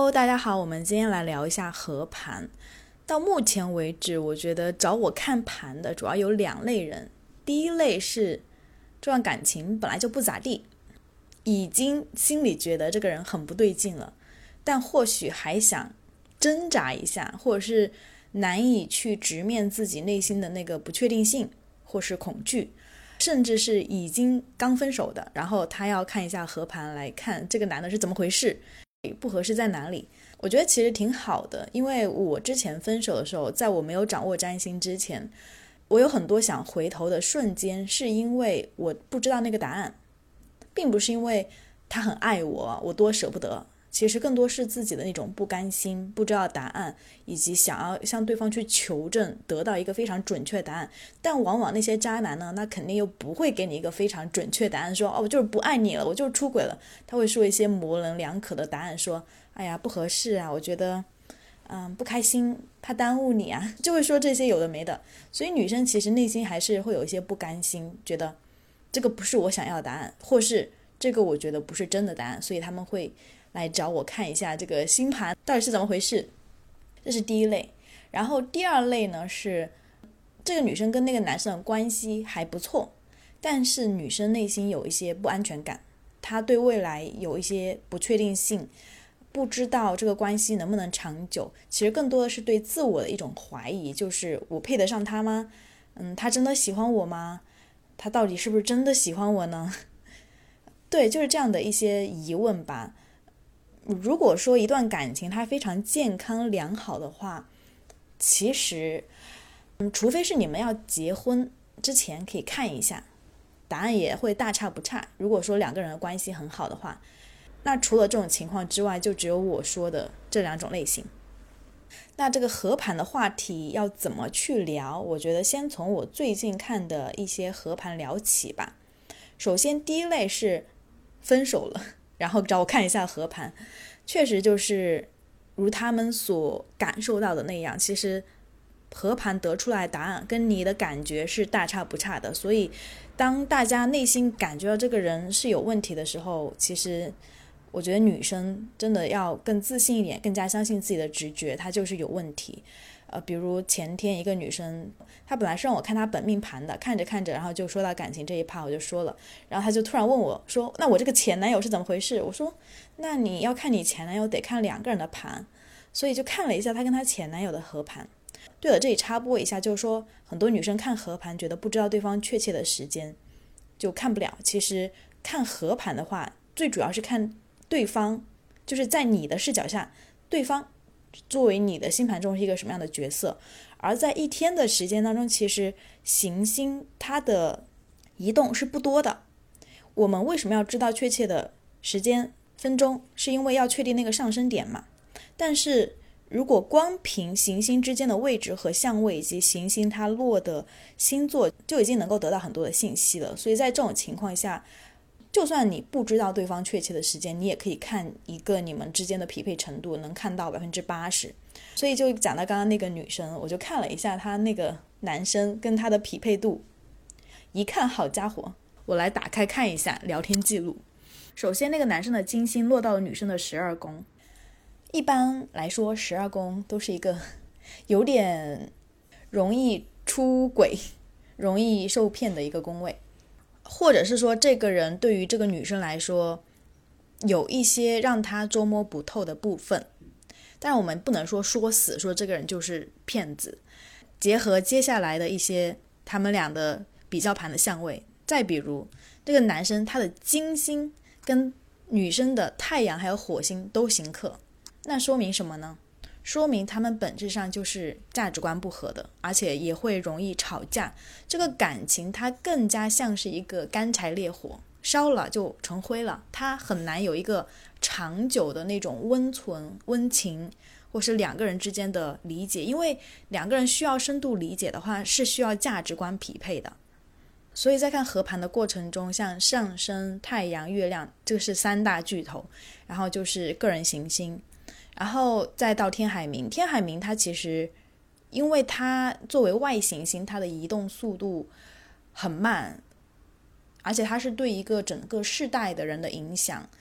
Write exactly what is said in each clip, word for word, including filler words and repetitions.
Hello，大家好，我们今天来聊一下合盘。到目前为止，我觉得找我看盘的主要有两类人。第一类是这段感情本来就不咋地，已经心里觉得这个人很不对劲了，但或许还想挣扎一下，或者是难以去直面自己内心的那个不确定性或是恐惧，甚至是已经刚分手的，然后他要看一下合盘，来看这个男的是怎么回事，不合适在哪里。我觉得其实挺好的，因为我之前分手的时候，在我没有掌握占星之前，我有很多想回头的瞬间，是因为我不知道那个答案，并不是因为他很爱我，我多舍不得，其实更多是自己的那种不甘心，不知道答案，以及想要向对方去求证，得到一个非常准确的答案。但往往那些渣男呢，那肯定又不会给你一个非常准确答案，说哦，我就是不爱你了，我就是出轨了。他会说一些模棱两可的答案，说哎呀不合适啊，我觉得嗯不开心，怕耽误你啊，就会说这些有的没的。所以女生其实内心还是会有一些不甘心，觉得这个不是我想要的答案，或是这个我觉得不是真的答案，所以他们会来找我看一下这个星盘到底是怎么回事。这是第一类。然后第二类呢，是这个女生跟那个男生的关系还不错，但是女生内心有一些不安全感，她对未来有一些不确定性，不知道这个关系能不能长久。其实更多的是对自我的一种怀疑，就是我配得上他吗？嗯，他真的喜欢我吗？他到底是不是真的喜欢我呢？对，就是这样的一些疑问吧。如果说一段感情它非常健康良好的话，其实嗯，除非是你们要结婚之前可以看一下，答案也会大差不差。如果说两个人的关系很好的话，那除了这种情况之外，就只有我说的这两种类型。那这个合盘的话题要怎么去聊？我觉得先从我最近看的一些合盘聊起吧。首先第一类是分手了，然后找我看一下合盘，确实就是如他们所感受到的那样，其实合盘得出来的答案跟你的感觉是大差不差的。所以当大家内心感觉到这个人是有问题的时候，其实我觉得女生真的要更自信一点，更加相信自己的直觉，她就是有问题。呃，比如前天一个女生，她本来是让我看她本命盘的，看着看着，然后就说到感情这一趴，我就说了，然后她就突然问我说，那我这个前男友是怎么回事？我说，那你要看你前男友得看两个人的盘，所以就看了一下她跟她前男友的合盘。对了，这里插播一下，就是说很多女生看合盘觉得不知道对方确切的时间，就看不了。其实看合盘的话，最主要是看对方，就是在你的视角下，对方作为你的星盘中是一个什么样的角色。而在一天的时间当中，其实行星它的移动是不多的。我们为什么要知道确切的时间分钟，是因为要确定那个上升点嘛。但是如果光凭行星之间的位置和相位以及行星它落的星座，就已经能够得到很多的信息了。所以在这种情况下，就算你不知道对方确切的时间，你也可以看一个你们之间的匹配程度，能看到百分之八十。所以就讲到刚刚那个女生，我就看了一下她那个男生跟她的匹配度，一看好家伙，我来打开看一下聊天记录。首先那个男生的金星落到了女生的十二宫，一般来说十二宫都是一个有点容易出轨、容易受骗的一个宫位，或者是说这个人对于这个女生来说有一些让她捉摸不透的部分。但我们不能说说死说这个人就是骗子，结合接下来的一些他们俩的比较盘的相位，再比如这个男生他的金星跟女生的太阳还有火星都刑克，那说明什么呢？说明他们本质上就是价值观不合的，而且也会容易吵架。这个感情它更加像是一个干柴烈火，烧了就成灰了，它很难有一个长久的那种温存温情，或是两个人之间的理解。因为两个人需要深度理解的话，是需要价值观匹配的。所以在看合盘的过程中，像上升、太阳、月亮，这个是三大巨头，然后就是个人行星，然后再到天海冥。天海冥它其实因为它作为外行星，它的移动速度很慢，而且它是对一个整个世代的人的影响。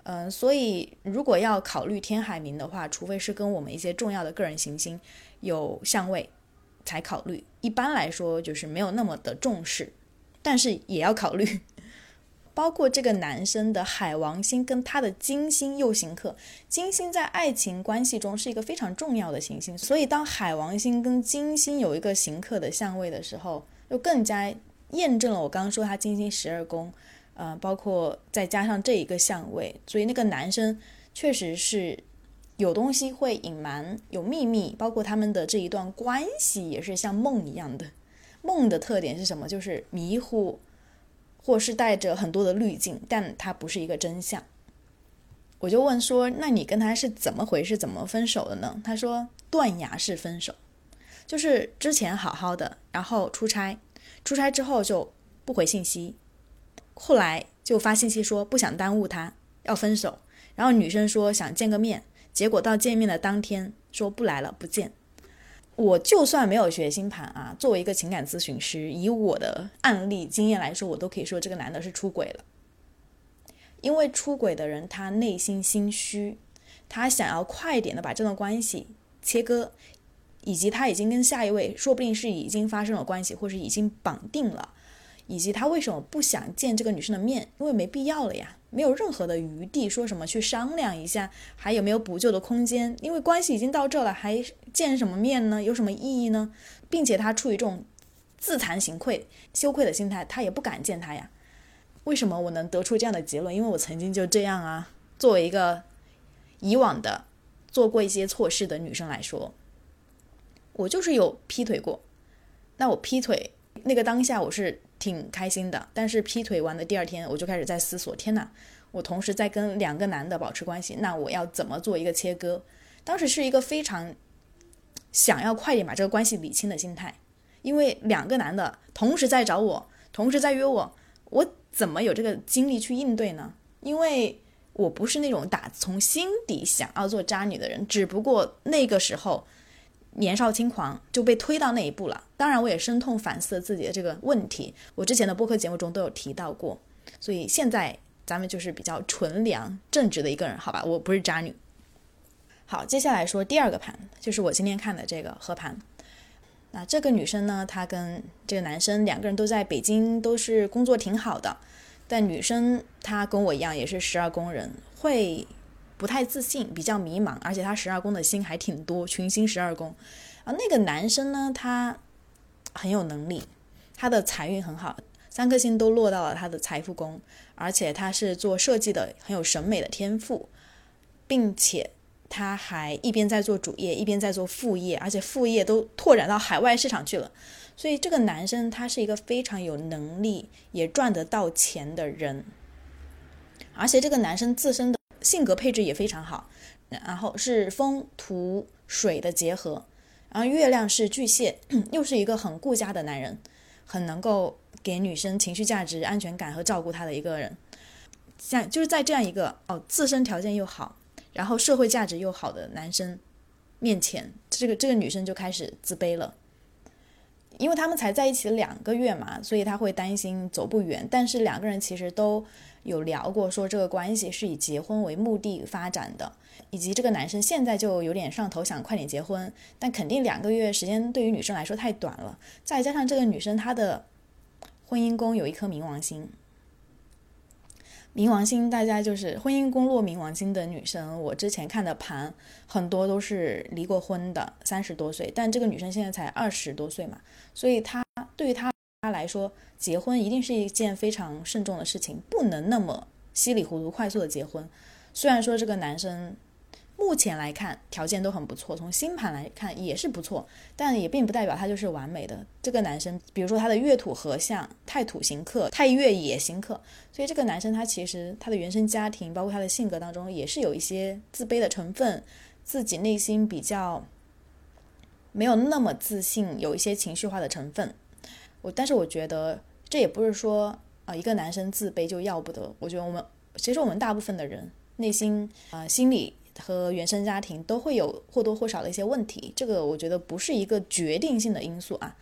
嗯，所以如果要考虑天海冥的话，除非是跟我们一些重要的个人行星有相位才考虑，一般来说就是没有那么的重视，但是也要考虑。包括这个男生的海王星跟他的金星又刑克，金星在爱情关系中是一个非常重要的行星，所以当海王星跟金星有一个刑克的相位的时候，就更加验证了我刚刚说他金星十二宫，呃，包括再加上这一个相位，所以那个男生确实是有东西会隐瞒，有秘密，包括他们的这一段关系也是像梦一样的。梦的特点是什么？就是迷糊，或是带着很多的滤镜，但它不是一个真相。我就问说，那你跟他是怎么回事，怎么分手的呢？他说断崖式分手，就是之前好好的，然后出差，出差之后就不回信息，后来就发信息说不想耽误他，要分手，然后女生说想见个面，结果到见面的当天说不来了，不见。我就算没有学星盘啊，作为一个情感咨询师，以我的案例经验来说，我都可以说这个男的是出轨了。因为出轨的人他内心心虚，他想要快一点的把这段关系切割，以及他已经跟下一位说不定是已经发生了关系，或是已经绑定了，以及他为什么不想见这个女生的面，因为没必要了呀，没有任何的余地说什么去商量一下还有没有补救的空间，因为关系已经到这了，还见什么面呢？有什么意义呢？并且他出于这种自惭形秽羞愧的心态，他也不敢见他呀。为什么我能得出这样的结论？因为我曾经就这样啊。作为一个以往的做过一些错事的女生来说，我就是有劈腿过。那我劈腿那个当下我是挺开心的，但是劈腿完的第二天我就开始在思索，天哪，我同时在跟两个男的保持关系，那我要怎么做一个切割？当时是一个非常想要快点把这个关系理清的心态，因为两个男的同时在找我，同时在约我，我怎么有这个精力去应对呢？因为我不是那种打从心底想要做渣女的人，只不过那个时候年少轻狂就被推到那一步了。当然我也深痛反思了自己的这个问题，我之前的播客节目中都有提到过，所以现在咱们就是比较纯良正直的一个人，好吧，我不是渣女。好，接下来说第二个盘，就是我今天看的这个合盘。那这个女生呢，她跟这个男生两个人都在北京，都是工作挺好的，但女生她跟我一样也是十二宫人，会不太自信，比较迷茫，而且她十二宫的星还挺多，群星十二宫。而那个男生呢，他很有能力，他的财运很好，三颗星都落到了他的财富宫，而且他是做设计的，很有审美的天赋，并且他还一边在做主业，一边在做副业，而且副业都拓展到海外市场去了。所以这个男生他是一个非常有能力也赚得到钱的人，而且这个男生自身的性格配置也非常好，然后是风土水的结合，然后月亮是巨蟹，又是一个很顾家的男人，很能够给女生情绪价值、安全感和照顾她的一个人。像就是在这样一个哦自身条件又好，然后社会价值又好的男生面前，这个这个女生就开始自卑了。因为他们才在一起两个月嘛，所以他会担心走不远，但是两个人其实都有聊过，说这个关系是以结婚为目的发展的，以及这个男生现在就有点上头，想快点结婚，但肯定两个月时间对于女生来说太短了，再加上这个女生她的婚姻宫有一颗冥王星，冥王星大家就是婚姻宫落冥王星的女生，我之前看的盘很多都是离过婚的，三十多岁，但这个女生现在才二十多岁嘛，所以她对于她来说，结婚一定是一件非常慎重的事情，不能那么稀里糊涂快速的结婚。虽然说这个男生目前来看条件都很不错，从星盘来看也是不错，但也并不代表他就是完美的。这个男生比如说他的月土合相，太土行克，太月也行克，所以这个男生他其实他的原生家庭包括他的性格当中也是有一些自卑的成分，自己内心比较没有那么自信，有一些情绪化的成分。我但是我觉得这也不是说、呃、一个男生自卑就要不得，我觉得我们其实我们大部分的人内心、呃、心理和原生家庭都会有或多或少的一些问题，这个我觉得不是一个决定性的因素啊。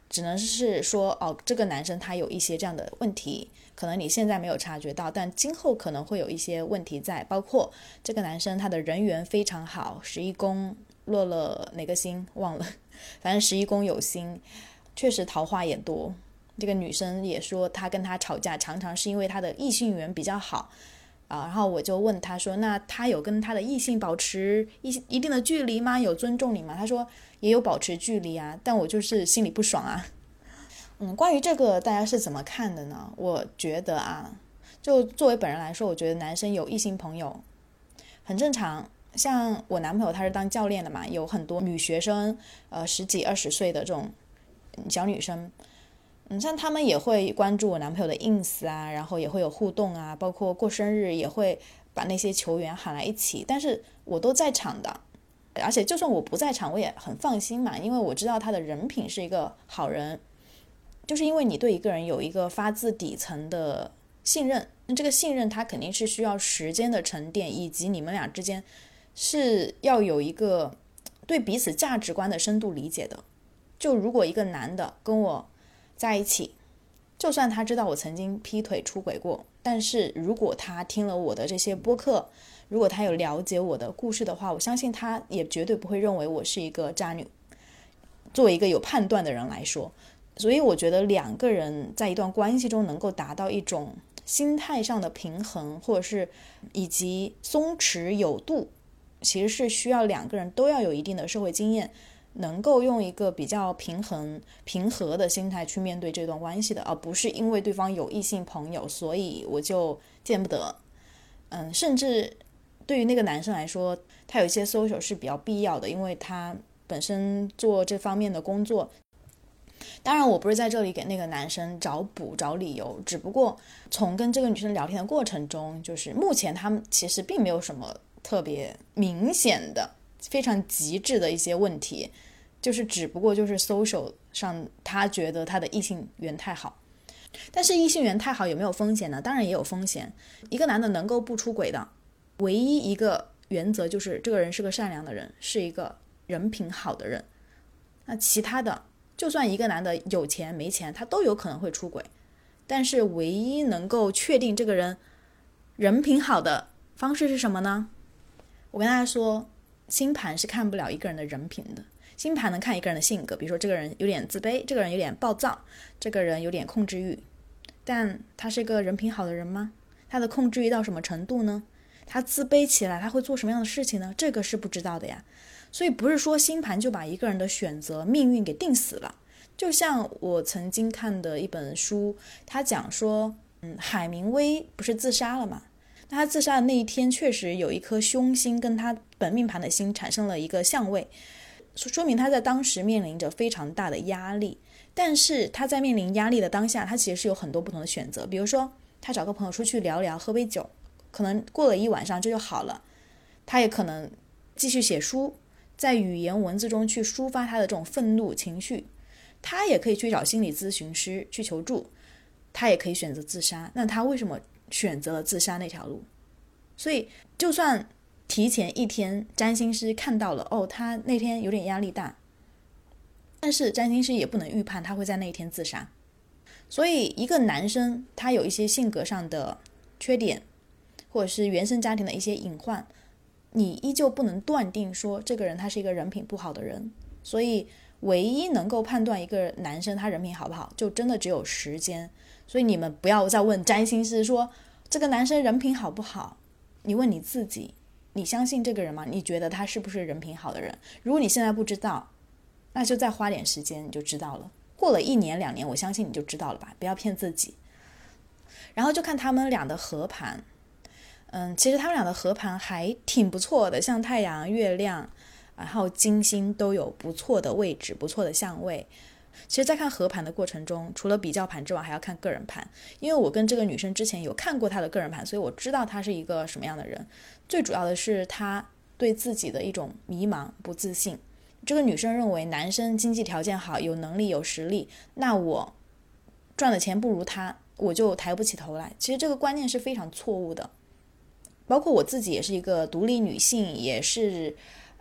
只能是说哦，这个男生他有一些这样的问题，可能你现在没有察觉到，但今后可能会有一些问题在，包括这个男生他的人缘非常好，十一宫落了哪个星忘了，反正十一宫有星，确实桃花也多。这个女生也说她跟他吵架常常是因为她的异性缘比较好啊，然后我就问他说，那他有跟他的异性保持一一定的距离吗？有尊重你吗？他说也有保持距离啊，但我就是心里不爽啊。嗯，关于这个大家是怎么看的呢？我觉得啊，就作为本人来说，我觉得男生有异性朋友很正常。像我男朋友他是当教练的嘛，有很多女学生，呃，十几二十岁的这种小女生，嗯，像他们也会关注我男朋友的 ins 啊，然后也会有互动啊，包括过生日也会把那些球员喊来一起，但是我都在场的，而且就算我不在场，我也很放心嘛，因为我知道他的人品是一个好人。就是因为你对一个人有一个发自底层的信任，那这个信任它肯定是需要时间的沉淀，以及你们俩之间是要有一个对彼此价值观的深度理解的。就如果一个男的跟我在一起，就算他知道我曾经劈腿出轨过，但是如果他听了我的这些播客，如果他有了解我的故事的话，我相信他也绝对不会认为我是一个渣女。作为一个有判断的人来说，所以我觉得两个人在一段关系中能够达到一种心态上的平衡，或者是以及松弛有度，其实是需要两个人都要有一定的社会经验，能够用一个比较平衡平和的心态去面对这段关系的，而不是因为对方有异性朋友所以我就见不得。嗯，甚至对于那个男生来说，他有一些 social 是比较必要的，因为他本身做这方面的工作。当然我不是在这里给那个男生找补找理由，只不过从跟这个女生聊天的过程中，就是目前他们其实并没有什么特别明显的非常极致的一些问题，就是只不过就是 social 上他觉得他的异性缘太好。但是异性缘太好有没有风险呢？当然也有风险。一个男的能够不出轨的唯一一个原则就是这个人是个善良的人，是一个人品好的人。那其他的就算一个男的有钱没钱，他都有可能会出轨，但是唯一能够确定这个人人品好的方式是什么呢？我跟大家说，星盘是看不了一个人的人品的，星盘能看一个人的性格，比如说这个人有点自卑，这个人有点暴躁，这个人有点控制欲，但他是一个人品好的人吗？他的控制欲到什么程度呢？他自卑起来他会做什么样的事情呢？这个是不知道的呀。所以不是说星盘就把一个人的选择命运给定死了。就像我曾经看的一本书，他讲说嗯，海明威不是自杀了吗？那他自杀的那一天确实有一颗凶星跟他本命盘的星产生了一个相位，说明他在当时面临着非常大的压力。但是他在面临压力的当下，他其实是有很多不同的选择，比如说他找个朋友出去聊聊，喝杯酒，可能过了一晚上这就好了。他也可能继续写书，在语言文字中去抒发他的这种愤怒情绪，他也可以去找心理咨询师去求助，他也可以选择自杀。那他为什么选择了自杀那条路？所以就算提前一天占星师看到了，哦，他那天有点压力大，但是占星师也不能预判他会在那一天自杀。所以一个男生他有一些性格上的缺点，或者是原生家庭的一些隐患，你依旧不能断定说这个人他是一个人品不好的人。所以唯一能够判断一个男生他人品好不好，就真的只有时间。所以你们不要再问占星师说这个男生人品好不好，你问你自己，你相信这个人吗？你觉得他是不是人品好的人？如果你现在不知道，那就再花点时间你就知道了，过了一年两年，我相信你就知道了吧，不要骗自己。然后就看他们俩的合盘，嗯，其实他们俩的合盘还挺不错的，像太阳、月亮，然后金星都有不错的位置，不错的相位。其实在看合盘的过程中，除了比较盘之外，还要看个人盘。因为我跟这个女生之前有看过她的个人盘，所以我知道她是一个什么样的人。最主要的是她对自己的一种迷茫、不自信。这个女生认为男生经济条件好，有能力有实力，那我赚的钱不如他，我就抬不起头来。其实这个观念是非常错误的。包括我自己也是一个独立女性，也是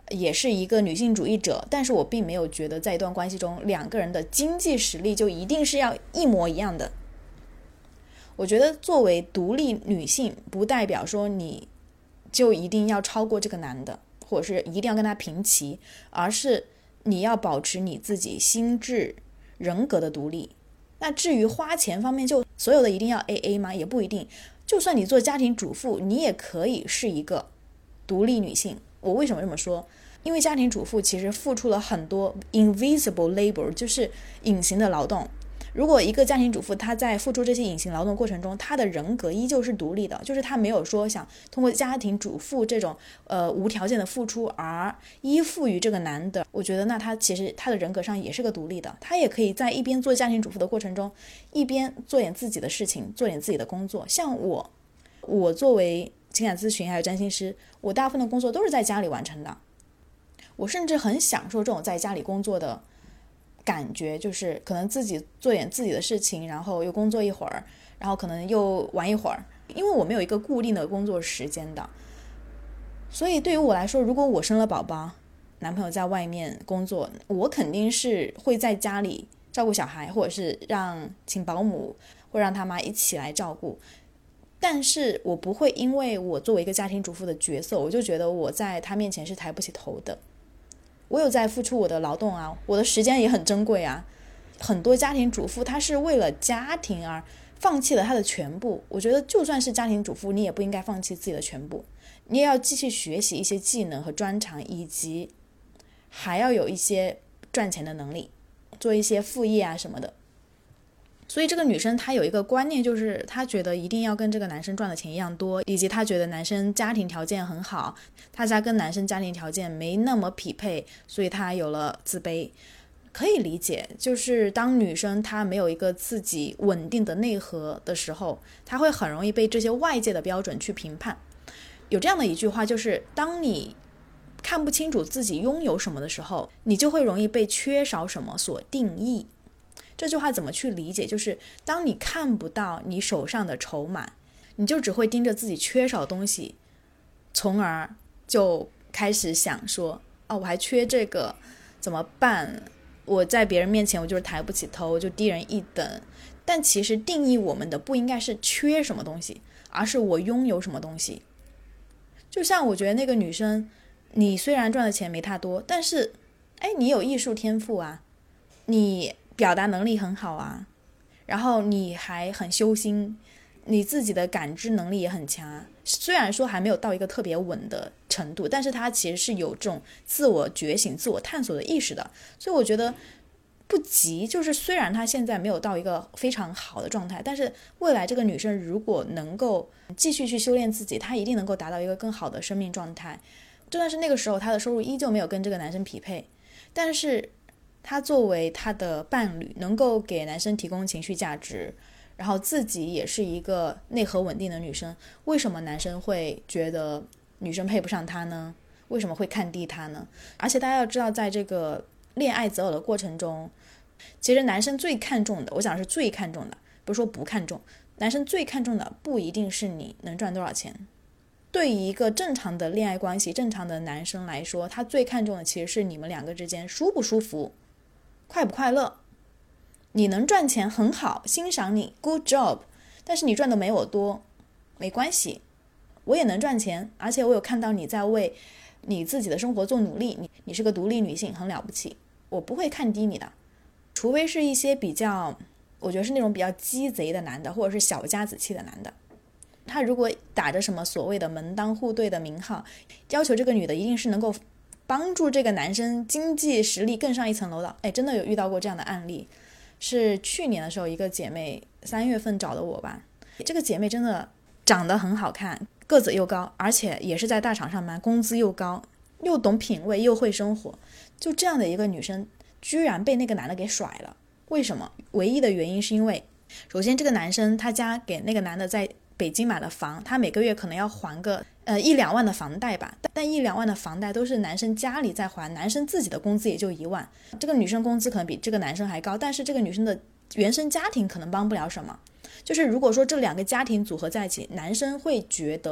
也是一个女性主义者，但是我并没有觉得在一段关系中两个人的经济实力就一定是要一模一样的。我觉得作为独立女性不代表说你就一定要超过这个男的，或者是一定要跟他平齐，而是你要保持你自己心智人格的独立。那至于花钱方面，就所有的一定要 A A 吗？也不一定。就算你做家庭主妇，你也可以是一个独立女性。我为什么这么说？因为家庭主妇其实付出了很多 invisible labor， 就是隐形的劳动。如果一个家庭主妇她在付出这些隐形劳动过程中，她的人格依旧是独立的，就是她没有说想通过家庭主妇这种呃无条件的付出而依附于这个男的，我觉得那她其实她的人格上也是个独立的，她也可以在一边做家庭主妇的过程中，一边做点自己的事情，做点自己的工作。像我，我作为情感咨询还有占星师，我大部分的工作都是在家里完成的。我甚至很享受这种在家里工作的感觉，就是可能自己做点自己的事情，然后又工作一会儿，然后可能又玩一会儿，因为我没有一个固定的工作时间的。所以对于我来说，如果我生了宝宝，男朋友在外面工作，我肯定是会在家里照顾小孩，或者是让请保姆或让他妈一起来照顾。但是我不会因为我作为一个家庭主妇的角色，我就觉得我在他面前是抬不起头的。我有在付出我的劳动啊，我的时间也很珍贵啊。很多家庭主妇她是为了家庭而放弃了她的全部，我觉得就算是家庭主妇，你也不应该放弃自己的全部，你也要继续学习一些技能和专长，以及还要有一些赚钱的能力，做一些副业啊什么的。所以这个女生她有一个观念，就是她觉得一定要跟这个男生赚的钱一样多，以及她觉得男生家庭条件很好，她家跟男生家庭条件没那么匹配，所以她有了自卑。可以理解，就是当女生她没有一个自己稳定的内核的时候，她会很容易被这些外界的标准去评判。有这样的一句话，就是当你看不清楚自己拥有什么的时候，你就会容易被缺少什么所定义。这句话怎么去理解？就是当你看不到你手上的筹码，你就只会盯着自己缺少的东西，从而就开始想说，哦，我还缺这个怎么办？我在别人面前我就是抬不起头，就低人一等。但其实定义我们的不应该是缺什么东西，而是我拥有什么东西。就像我觉得那个女生，你虽然赚的钱没她多，但是哎，你有艺术天赋啊，你表达能力很好啊，然后你还很修心，你自己的感知能力也很强啊。虽然说还没有到一个特别稳的程度，但是他其实是有这种自我觉醒、自我探索的意识的。所以我觉得不急，就是虽然他现在没有到一个非常好的状态，但是未来这个女生如果能够继续去修炼自己，她一定能够达到一个更好的生命状态。就算是那个时候她的收入依旧没有跟这个男生匹配，但是她作为她的伴侣，能够给男生提供情绪价值，然后自己也是一个内核稳定的女生，为什么男生会觉得女生配不上她呢？为什么会看低她呢？而且大家要知道，在这个恋爱择偶的过程中，其实男生最看重的，我讲的是最看重的，不是说不看重，男生最看重的不一定是你能赚多少钱。对于一个正常的恋爱关系，正常的男生来说，他最看重的其实是你们两个之间舒不舒服，快不快乐。你能赚钱很好，欣赏你 good job， 但是你赚的没我多，没关系，我也能赚钱，而且我有看到你在为你自己的生活做努力，你你是个独立女性，很了不起，我不会看低你的。除非是一些比较，我觉得是那种比较鸡贼的男的，或者是小家子气的男的，他如果打着什么所谓的门当户对的名号，要求这个女的一定是能够帮助这个男生经济实力更上一层楼的。哎，真的有遇到过这样的案例，是去年的时候一个姐妹三月份找的我吧。这个姐妹真的长得很好看，个子又高，而且也是在大厂上班，工资又高，又懂品味，又会生活。就这样的一个女生居然被那个男的给甩了。为什么？唯一的原因是因为首先这个男生他家给那个男的在北京买了房，他每个月可能要还个呃一两万的房贷吧，但一两万的房贷都是男生家里在还，男生自己的工资也就一万，这个女生工资可能比这个男生还高，但是这个女生的原生家庭可能帮不了什么。就是如果说这两个家庭组合在一起，男生会觉得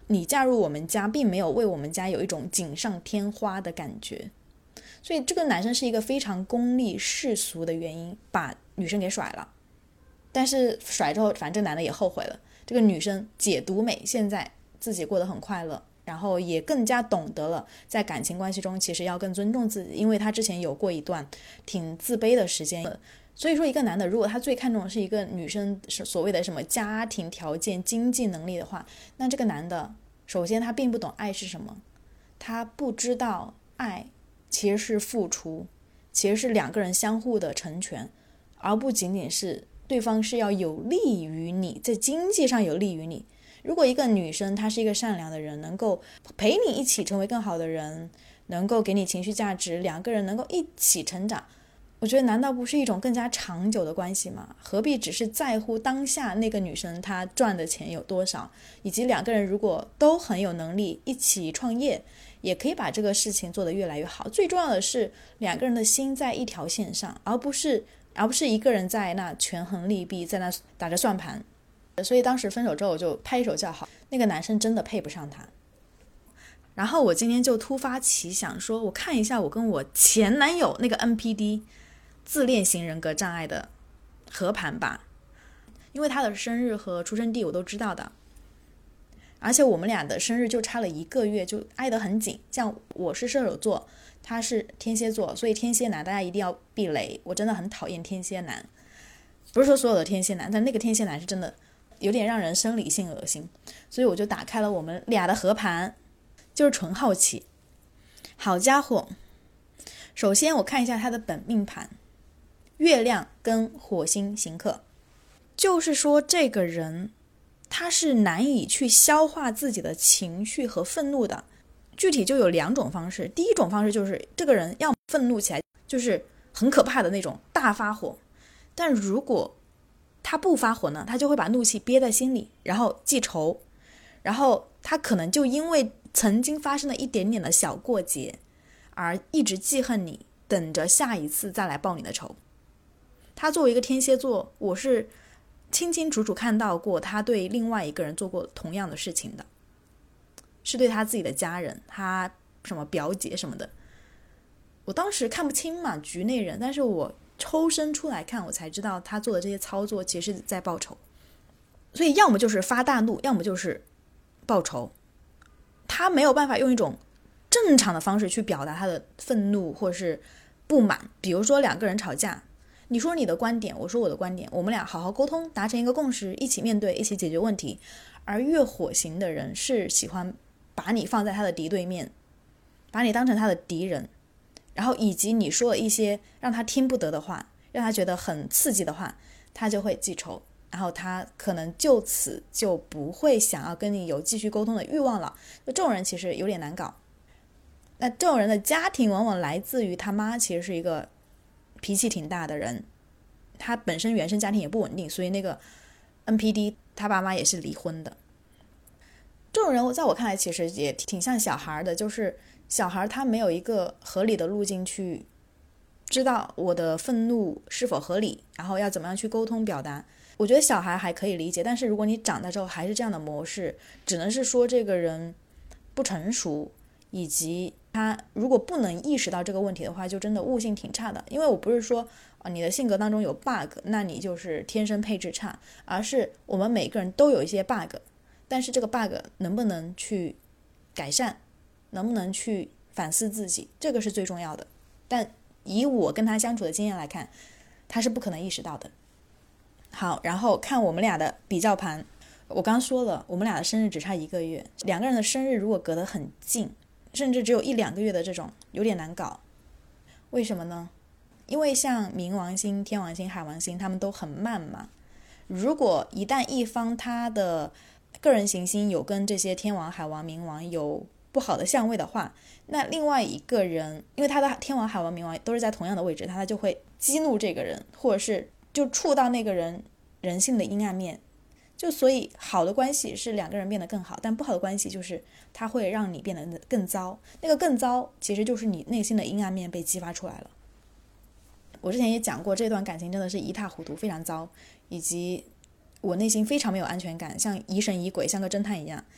你嫁入我们家并没有为我们家有一种锦上添花的感觉。所以这个男生是一个非常功利世俗的原因把女生给甩了，但是甩之后反正这男的也后悔了，这个女生解读美，现在自己过得很快乐，然后也更加懂得了在感情关系中其实要更尊重自己，因为他之前有过一段挺自卑的时间。所以说一个男的如果他最看重的是一个女生所谓的什么家庭条件经济能力的话，那这个男的首先他并不懂爱是什么，他不知道爱其实是付出，其实是两个人相互的成全，而不仅仅是对方是要有利于你，在经济上有利于你。如果一个女生她是一个善良的人，能够陪你一起成为更好的人，能够给你情绪价值，两个人能够一起成长，我觉得难道不是一种更加长久的关系吗？何必只是在乎当下那个女生她赚的钱有多少，以及两个人如果都很有能力一起创业，也可以把这个事情做得越来越好。最重要的是两个人的心在一条线上，而不是而不是一个人在那权衡利弊，在那打着算盘。所以当时分手之后我就拍手叫好，那个男生真的配不上他。然后我今天就突发奇想说，我看一下我跟我前男友那个 N P D 自恋型人格障碍的合盘吧，因为他的生日和出生地我都知道的，而且我们俩的生日就差了一个月，就挨得很紧。像我是射手座，他是天蝎座，所以天蝎男大家一定要避雷，我真的很讨厌天蝎男。不是说所有的天蝎男，但那个天蝎男是真的有点让人生理性恶心，所以我就打开了我们俩的合盘，就是纯好奇。好家伙，首先我看一下他的本命盘，月亮跟火星刑克，就是说这个人他是难以去消化自己的情绪和愤怒的。具体就有两种方式，第一种方式就是这个人要愤怒起来就是很可怕的那种大发火，但如果他不发火呢，他就会把怒气憋在心里，然后记仇，然后他可能就因为曾经发生了一点点的小过节而一直记恨你，等着下一次再来报你的仇。他作为一个天蝎座，我是清清楚楚看到过他对另外一个人做过同样的事情的，是对他自己的家人，他什么表姐什么的。我当时看不清嘛，局内人，但是我抽身出来看，我才知道他做的这些操作其实是在报仇。所以要么就是发大怒，要么就是报仇。他没有办法用一种正常的方式去表达他的愤怒或是不满。比如说两个人吵架，你说你的观点，我说我的观点，我们俩好好沟通，达成一个共识，一起面对，一起解决问题。而月火型的人是喜欢把你放在他的敌对面，把你当成他的敌人，然后以及你说了一些让他听不得的话，让他觉得很刺激的话，他就会记仇，然后他可能就此就不会想要跟你有继续沟通的欲望了。这种人其实有点难搞。那这种人的家庭往往来自于他妈其实是一个脾气挺大的人，他本身原生家庭也不稳定，所以那个 N P D 他爸妈也是离婚的。这种人在我看来其实也挺像小孩的，就是小孩他没有一个合理的路径去知道我的愤怒是否合理，然后要怎么样去沟通表达。我觉得小孩还可以理解，但是如果你长大之后还是这样的模式，只能是说这个人不成熟，以及他如果不能意识到这个问题的话，就真的悟性挺差的。因为我不是说、啊、你的性格当中有 bug， 那你就是天生配置差，而是我们每个人都有一些 bug， 但是这个 bug 能不能去改善，能不能去反思自己，这个是最重要的。但以我跟他相处的经验来看，他是不可能意识到的。好，然后看我们俩的比较盘，我刚说了，我们俩的生日只差一个月，两个人的生日如果隔得很近，甚至只有一两个月的这种，有点难搞。为什么呢？因为像冥王星、天王星、海王星他们都很慢嘛，如果一旦一方他的个人行星有跟这些天王、海王、冥王有不好的相位的话，那另外一个人因为他的天王、海王、冥王都是在同样的位置，他就会激怒这个人，或者是就触到那个人人性的阴暗面。就所以好的关系是两个人变得更好，但不好的关系就是它会让你变得更糟，那个更糟其实就是你内心的阴暗面被激发出来了。我之前也讲过，这段感情真的是一塌糊涂，非常糟，以及我内心非常没有安全感，像疑神疑鬼，像个侦探一样。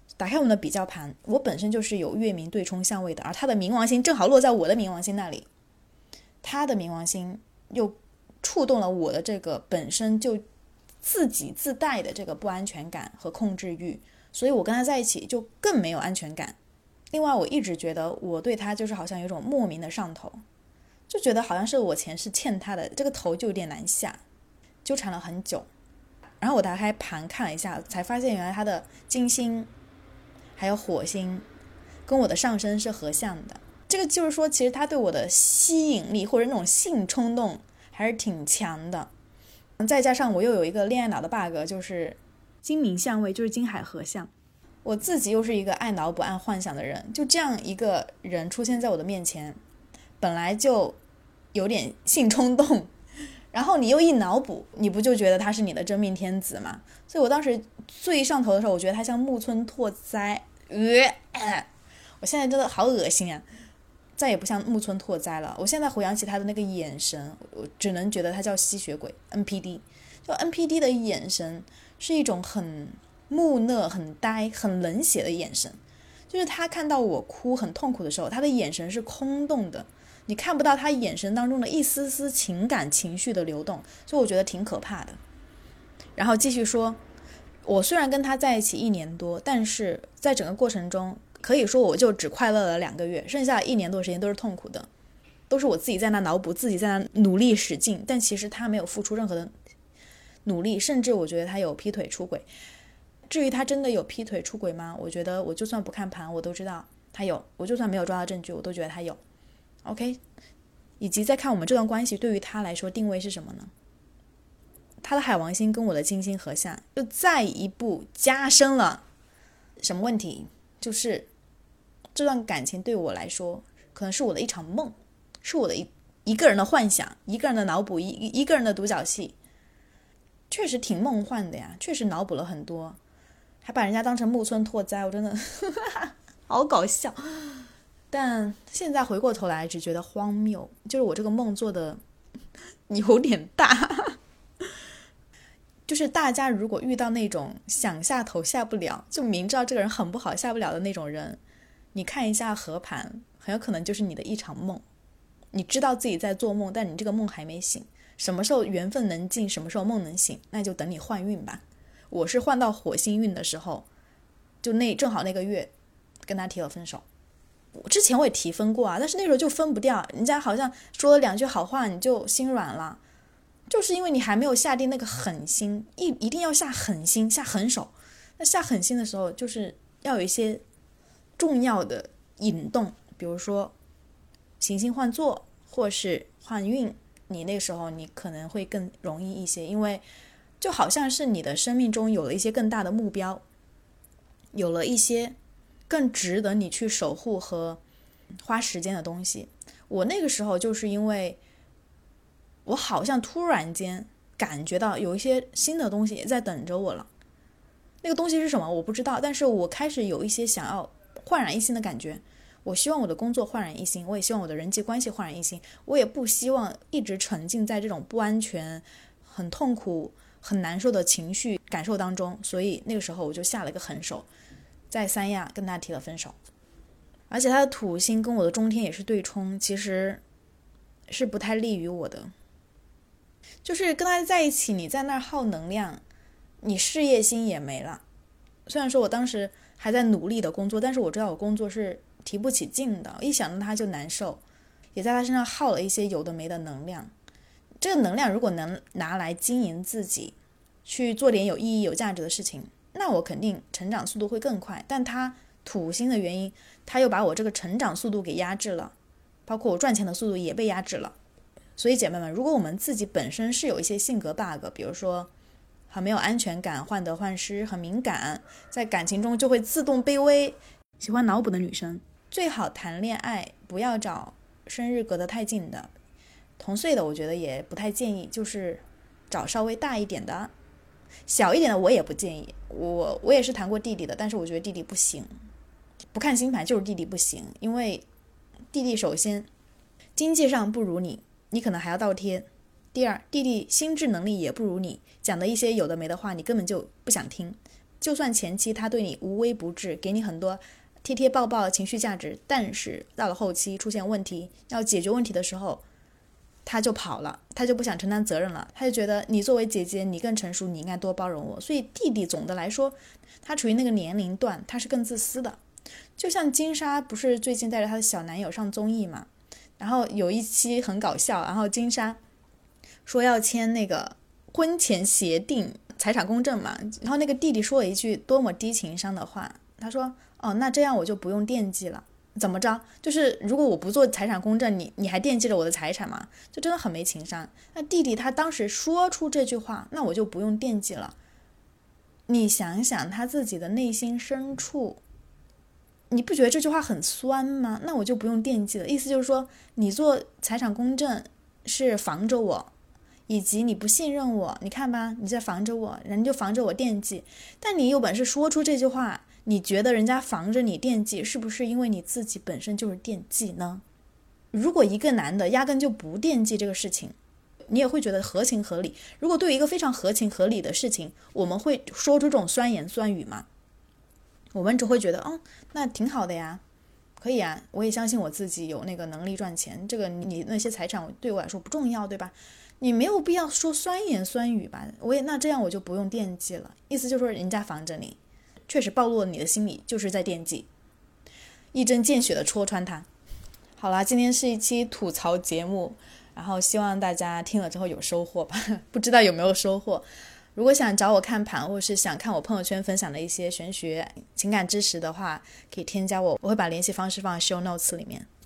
打开我们的比较盘，我本身就是有月冥对冲相位的，而他的冥王星正好落在我的冥王星那里，他的冥王星又触动了我的这个本身就自己自带的这个不安全感和控制欲，所以我跟他在一起就更没有安全感。另外我一直觉得我对他就是好像有一种莫名的上头，就觉得好像是我前世欠他的，这个头就有点难下，纠缠了很久。然后我打开盘看了一下，才发现原来他的金星还有火星跟我的上升是合相的，这个就是说其实他对我的吸引力或者那种性冲动还是挺强的。再加上我又有一个恋爱脑的 bug， 就是金冥相位，就是金海合相，我自己又是一个爱脑补爱幻想的人，就这样一个人出现在我的面前，本来就有点性冲动，然后你又一脑补，你不就觉得他是你的真命天子吗？所以我当时最上头的时候，我觉得他像木村拓哉、呃、我现在真的好恶心啊，再也不像木村拓哉了。我现在回想起他的那个眼神，我只能觉得他叫吸血鬼 N P D。 就 N P D 的眼神是一种很木讷很呆很冷血的眼神，就是他看到我哭很痛苦的时候，他的眼神是空洞的，你看不到他眼神当中的一丝丝情感情绪的流动，所以我觉得挺可怕的。然后继续说，我虽然跟他在一起一年多，但是在整个过程中可以说我就只快乐了两个月，剩下一年多的时间都是痛苦的，都是我自己在那脑补，自己在那努力使劲，但其实他没有付出任何的努力，甚至我觉得他有劈腿出轨。至于他真的有劈腿出轨吗？我觉得我就算不看盘我都知道他有，我就算没有抓到证据我都觉得他有。 OK， 以及再看我们这段关系对于他来说定位是什么呢？他的海王星跟我的金星合相，就再一步加深了什么问题？就是这段感情对我来说可能是我的一场梦，是我的 一, 一个人的幻想，一个人的脑补， 一, 一个人的独角戏，确实挺梦幻的呀，确实脑补了很多，还把人家当成木村拓哉，我真的好搞笑。但现在回过头来只觉得荒谬，就是我这个梦做的有点大。就是大家如果遇到那种想下头下不了，就明知道这个人很不好下不了的那种人，你看一下合盘，很有可能就是你的一场梦。你知道自己在做梦，但你这个梦还没醒，什么时候缘分能尽，什么时候梦能醒，那就等你换运吧。我是换到火星运的时候，就那正好那个月跟他提了分手。我之前我也提分过啊，但是那时候就分不掉，人家好像说了两句好话你就心软了，就是因为你还没有下定那个狠心，一一定要下狠心，下狠手。那下狠心的时候，就是要有一些重要的引动，比如说行星换座，或是换运，你那时候你可能会更容易一些，因为就好像是你的生命中有了一些更大的目标，有了一些更值得你去守护和花时间的东西。我那个时候就是因为我好像突然间感觉到有一些新的东西也在等着我了，那个东西是什么我不知道，但是我开始有一些想要焕然一新的感觉。我希望我的工作焕然一新，我也希望我的人际关系焕然一新，我也不希望一直沉浸在这种不安全很痛苦很难受的情绪感受当中，所以那个时候我就下了一个狠手，在三亚跟他提了分手。而且他的土星跟我的中天也是对冲，其实是不太利于我的。就是跟他在一起，你在那儿耗能量，你事业心也没了。虽然说我当时还在努力的工作，但是我知道我工作是提不起劲的，一想到他就难受，也在他身上耗了一些有的没的能量。这个能量如果能拿来经营自己，去做点有意义有价值的事情，那我肯定成长速度会更快。但他土星的原因，他又把我这个成长速度给压制了，包括我赚钱的速度也被压制了。所以姐妹们，如果我们自己本身是有一些性格 bug， 比如说很没有安全感，患得患失，很敏感，在感情中就会自动卑微，喜欢脑补的女生，最好谈恋爱不要找生日隔得太近的，同岁的我觉得也不太建议，就是找稍微大一点的，小一点的我也不建议。我我也是谈过弟弟的，但是我觉得弟弟不行，不看星盘就是弟弟不行。因为弟弟首先经济上不如你，你可能还要倒贴。第二，弟弟心智能力也不如你，讲的一些有的没的话你根本就不想听。 就算前期他对你无微不至，给你很多贴贴抱抱情绪价值，但是到了后期出现问题，要解决问题的时候，他就跑了，他就不想承担责任了，他就觉得你作为姐姐，你更成熟，你应该多包容我。所以弟弟总的来说，他处于那个年龄段，他是更自私的。就像金莎不是最近带着她的小男友上综艺嘛，然后有一期很搞笑，然后金莎说要签那个婚前协定财产公证嘛，然后那个弟弟说了一句多么低情商的话，他说哦，那这样我就不用惦记了。怎么着？就是如果我不做财产公证，你你还惦记着我的财产吗？就真的很没情商。那弟弟他当时说出这句话，那我就不用惦记了。你想想他自己的内心深处，你不觉得这句话很酸吗？那我就不用惦记了。意思就是说，你做财产公证是防着我，以及你不信任我，你看吧，你在防着我，人就防着我惦记。但你有本事说出这句话，你觉得人家防着你惦记，是不是因为你自己本身就是惦记呢？如果一个男的压根就不惦记这个事情，你也会觉得合情合理。如果对于一个非常合情合理的事情，我们会说出这种酸言酸语吗？我们只会觉得，哦，那挺好的呀，可以啊，我也相信我自己有那个能力赚钱，这个你那些财产对我来说不重要，对吧？你没有必要说酸言酸语吧？我也那这样我就不用惦记了。意思就是说人家防着你，确实暴露了你的心理就是在惦记，一针见血的戳穿他。好啦，今天是一期吐槽节目，然后希望大家听了之后有收获吧，不知道有没有收获。如果想找我看盘，或是想看我朋友圈分享的一些玄学情感知识的话，可以添加我，我会把联系方式放在 show notes 里面。